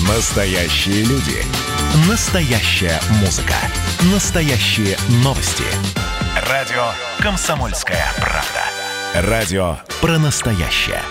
Настоящие люди. Настоящая музыка. Настоящие новости. Радио «Комсомольская правда». Радио про настоящее.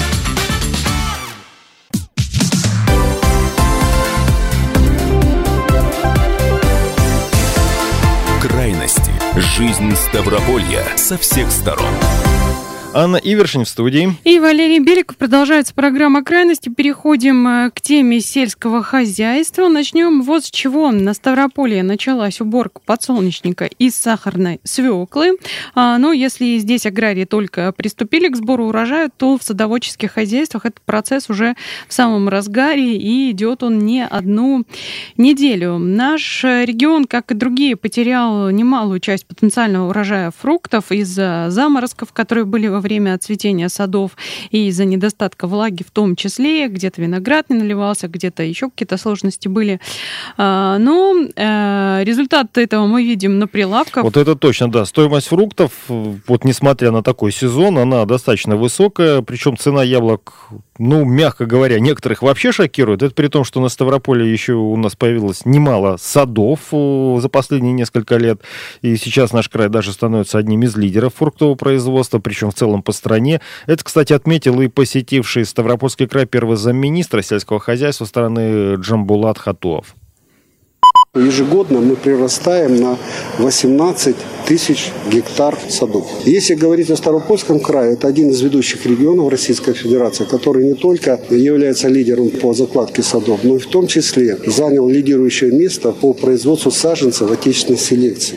Крайности. Жизнь Ставрополья со всех сторон. Анна Ивершин в студии. И Валерий Беликов. Продолжается программа «Крайности». Переходим к теме сельского хозяйства. Начнем вот с чего. На Ставрополье началась уборка подсолнечника из сахарной свеклы. Но если здесь аграрии только приступили к сбору урожая, то в садоводческих хозяйствах этот процесс уже в самом разгаре, и идет он не одну неделю. Наш регион, как и другие, потерял немалую часть потенциального урожая фруктов из-за заморозков, которые были во время цветения садов, и из-за недостатка влаги в том числе. Где-то виноград не наливался, где-то еще какие-то сложности были. Но результат этого мы видим на прилавках. Вот это точно, да. Стоимость фруктов, вот несмотря на такой сезон, она достаточно высокая. Причем цена яблок, мягко говоря, некоторых вообще шокирует. Это при том, что на Ставрополе еще у нас появилось немало садов за последние несколько лет. И сейчас наш край даже становится одним из лидеров фруктового производства, причем в целом по стране. Это, кстати, отметил и посетивший Ставропольский край первый замминистра сельского хозяйства страны Джамбулат Хатуов. Ежегодно мы прирастаем на 18 тысяч гектар садов. Если говорить о Ставропольском крае, это один из ведущих регионов Российской Федерации, который не только является лидером по закладке садов, но и в том числе занял лидирующее место по производству саженцев отечественной селекции.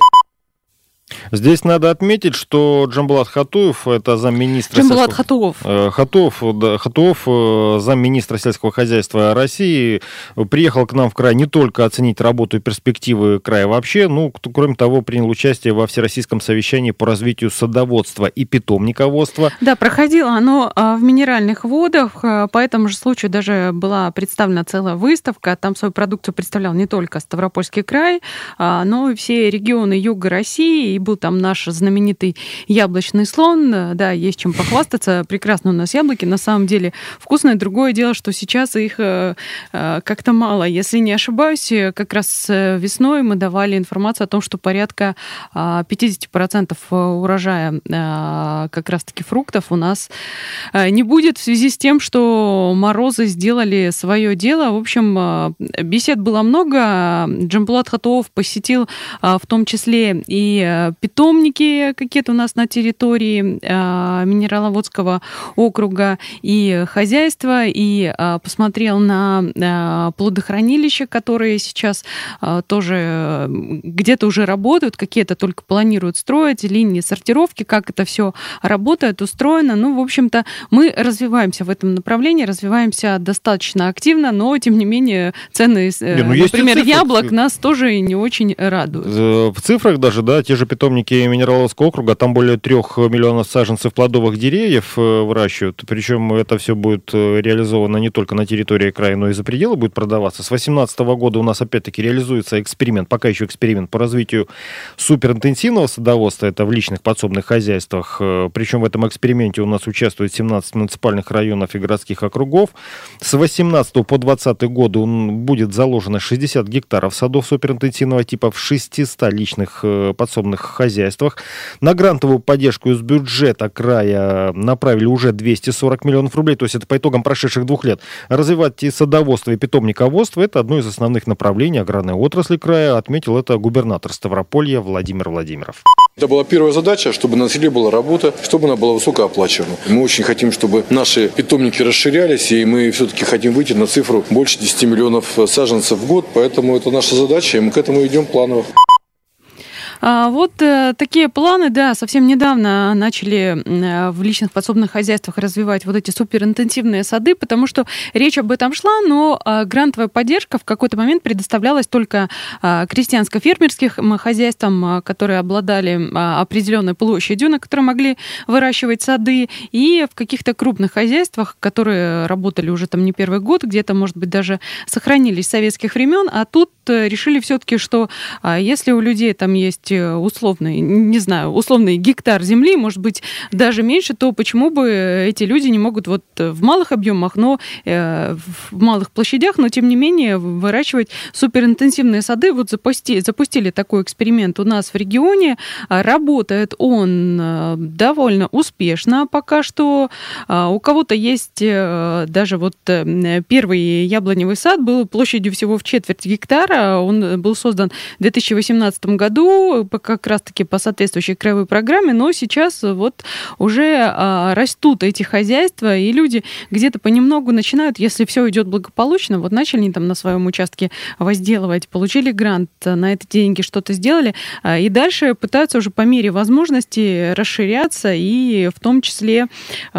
Здесь надо отметить, что Джамбулат Хатуев, это замминистра... Джамбулат Хатуов. Хатуов, замминистра сельского хозяйства России, приехал к нам в край не только оценить работу и перспективы края вообще, кроме того, принял участие во Всероссийском совещании по развитию садоводства и питомниководства. Да, проходило оно в Минеральных водах, по этому же случаю даже была представлена целая выставка, там свою продукцию представлял не только Ставропольский край, но и все регионы юга России, и был там наш знаменитый яблочный слон. Да, есть чем похвастаться. Прекрасно у нас яблоки. На самом деле вкусное. Другое дело, что сейчас их как-то мало. Если не ошибаюсь, как раз весной мы давали информацию о том, что порядка 50% урожая как раз-таки фруктов у нас не будет в связи с тем, что морозы сделали свое дело. В общем, бесед было много. Джамбулат Хатуов посетил в том числе и питомники какие-то у нас на территории Минераловодского округа и хозяйства, и посмотрел на плодохранилища, которые сейчас тоже где-то уже работают, какие-то только планируют строить, линии сортировки, как это все работает, устроено. В общем-то, мы развиваемся в этом направлении, развиваемся достаточно активно, но, тем не менее, цены, например, яблок нас тоже не очень радуют. В цифрах даже, да, те же питомники Минераловского округа, там более 3 миллионов саженцев плодовых деревьев выращивают, причем это все будет реализовано не только на территории края, но и за пределы будет продаваться. С 2018 года у нас опять-таки реализуется эксперимент, пока еще эксперимент по развитию суперинтенсивного садоводства, это в личных подсобных хозяйствах, причем в этом эксперименте у нас участвует 17 муниципальных районов и городских округов. С 2018 по 2020 годы будет заложено 60 гектаров садов суперинтенсивного типа в 600 личных подсобных хозяйствах. На грантовую поддержку из бюджета края направили уже 240 миллионов рублей, то есть это по итогам прошедших 2 лет. Развивать и садоводство, и питомниководство – это одно из основных направлений аграрной отрасли края, отметил это губернатор Ставрополья Владимир Владимиров. Это была первая задача, чтобы на селе была работа, чтобы она была высокооплачиваема. Мы очень хотим, чтобы наши питомники расширялись, и мы все-таки хотим выйти на цифру больше 10 миллионов саженцев в год, поэтому это наша задача, и мы к этому идем планово. Вот такие планы, да, совсем недавно начали в личных подсобных хозяйствах развивать вот эти суперинтенсивные сады, потому что речь об этом шла, но грантовая поддержка в какой-то момент предоставлялась только крестьянско-фермерским хозяйствам, которые обладали определенной площадью, на которой могли выращивать сады, и в каких-то крупных хозяйствах, которые работали уже там не первый год, где-то, может быть, даже сохранились с советских времен, а тут решили все-таки, что если у людей там есть есть условный, не знаю, условный гектар земли, может быть, даже меньше, то почему бы эти люди не могут вот в малых объемах, но в малых площадях, но тем не менее выращивать суперинтенсивные сады. Вот запустили такой эксперимент у нас в регионе. Работает он довольно успешно пока что. У кого-то есть даже вот первый яблоневый сад, был площадью всего в четверть гектара. Он был создан в 2018 году как раз-таки по соответствующей краевой программе, но сейчас вот уже растут эти хозяйства, и люди где-то понемногу начинают, если все идет благополучно, вот начали они там на своем участке возделывать, получили грант, на эти деньги что-то сделали, и дальше пытаются уже по мере возможности расширяться и в том числе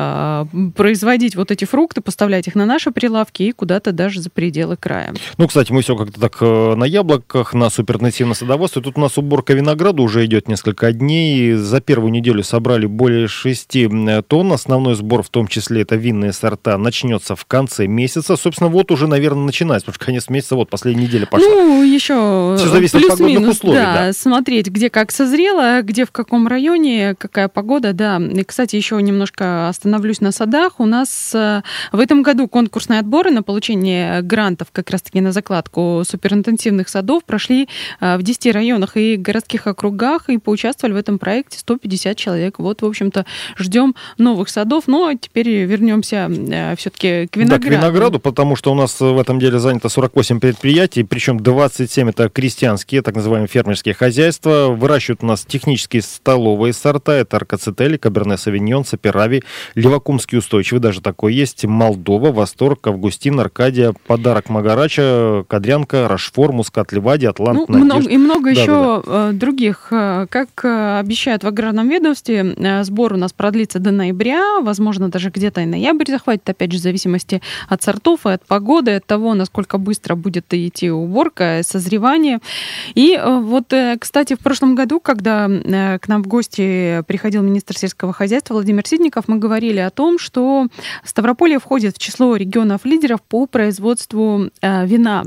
производить вот эти фрукты, поставлять их на наши прилавки и куда-то даже за пределы края. Ну, кстати, мы все как-то так на яблоках, на суперинтенсивном садоводстве. Тут у нас уборка винограда уже идет несколько дней. За первую неделю собрали более 6 тонн. Основной сбор, в том числе это винные сорта, начнется в конце месяца. Собственно, вот уже, наверное, начинается, потому что конец месяца, вот последняя неделя пошла. Ну, еще все зависит от погодных условий. Да, смотреть, где как созрело, где в каком районе, какая погода, да. И, кстати, еще немножко остановлюсь на садах. У нас в этом году конкурсные отборы на получение грантов как раз-таки на закладку суперинтенсивных садов прошли в 10 районах и городских округах, и поучаствовали в этом проекте 150 человек. Вот, в общем-то, ждем новых садов. Но теперь вернемся все-таки к винограду. Да, к винограду, потому что у нас в этом деле занято 48 предприятий, причем 27 это крестьянские, так называемые фермерские хозяйства. Выращивают у нас технические столовые сорта. Это Аркацетели, Каберне Савиньон, Саперави, Левакумский устойчивый, даже такой есть, Молдова, Восторг, Августин, Аркадия, Подарок Магарача, Кадрянка, Рашфор, Мускат Ливади, Атлант, Надежда. И много еще других. Как обещают в аграрном ведомстве, сбор у нас продлится до ноября, возможно, даже где-то и ноябрь захватит, опять же, в зависимости от сортов и от погоды, от того, насколько быстро будет идти уборка, созревание. И вот, кстати, в прошлом году, когда к нам в гости приходил министр сельского хозяйства Владимир Ситников, мы говорили о том, что Ставрополье входит в число регионов-лидеров по производству вина.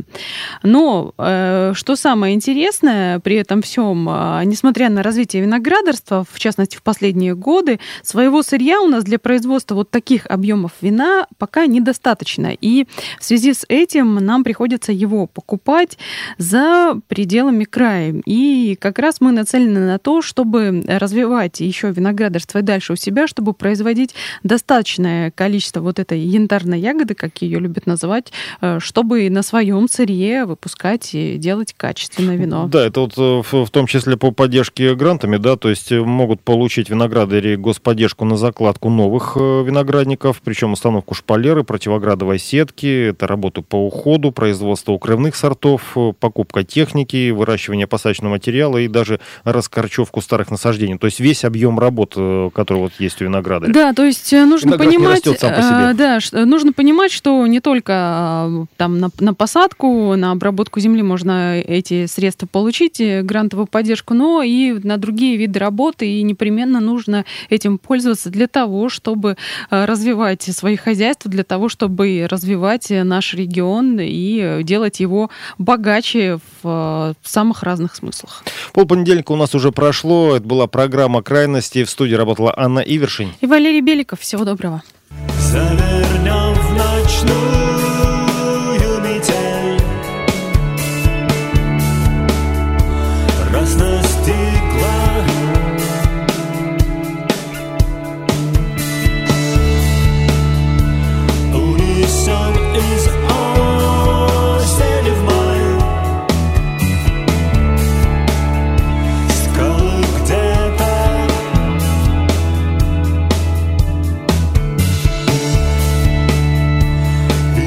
Но, что самое интересное при этом всем, несмотря на развитие виноградарства, в частности, в последние годы, своего сырья у нас для производства вот таких объемов вина пока недостаточно. И в связи с этим нам приходится его покупать за пределами края. И как раз мы нацелены на то, чтобы развивать еще виноградарство и дальше у себя, чтобы производить достаточное количество вот этой янтарной ягоды, как ее любят называть, чтобы на своем сырье выпускать и делать качественное вино. Да, это вот в том числе по поддержке грантами, да, то есть могут получить виноградари господдержку на закладку новых виноградников, причем установку шпалеры, противоградовой сетки, это работу по уходу, производство укрывных сортов, покупка техники, выращивание посадочного материала и даже раскорчевку старых насаждений. То есть весь объем работ, который вот есть у виноградаря. Да, то есть нужно понимать, нужно понимать, что не только там на посадку, на обработку земли можно эти средства получить, грантовую поддержку, но и на другие виды работы, и непременно нужно этим пользоваться для того, чтобы развивать свои хозяйства, для того, чтобы развивать наш регион и делать его богаче в самых разных смыслах. Полпонедельника у нас уже прошло. Это была программа «Крайности». В студии работала Анна Ивершин. И Валерий Беликов. Всего доброго. Завернем в ночную метель, раз настигла, унесем из осени в май, скалы где-то, и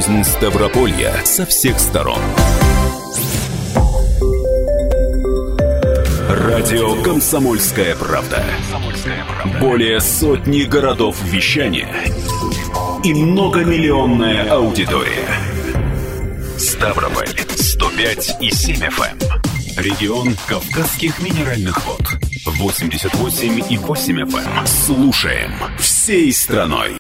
Жизнь Ставрополья со всех сторон. Радио «Комсомольская правда». Более сотни городов вещания и многомиллионная аудитория. Ставрополь 105,7 FM. Регион Кавказских минеральных вод 88,8 FM. Слушаем всей страной.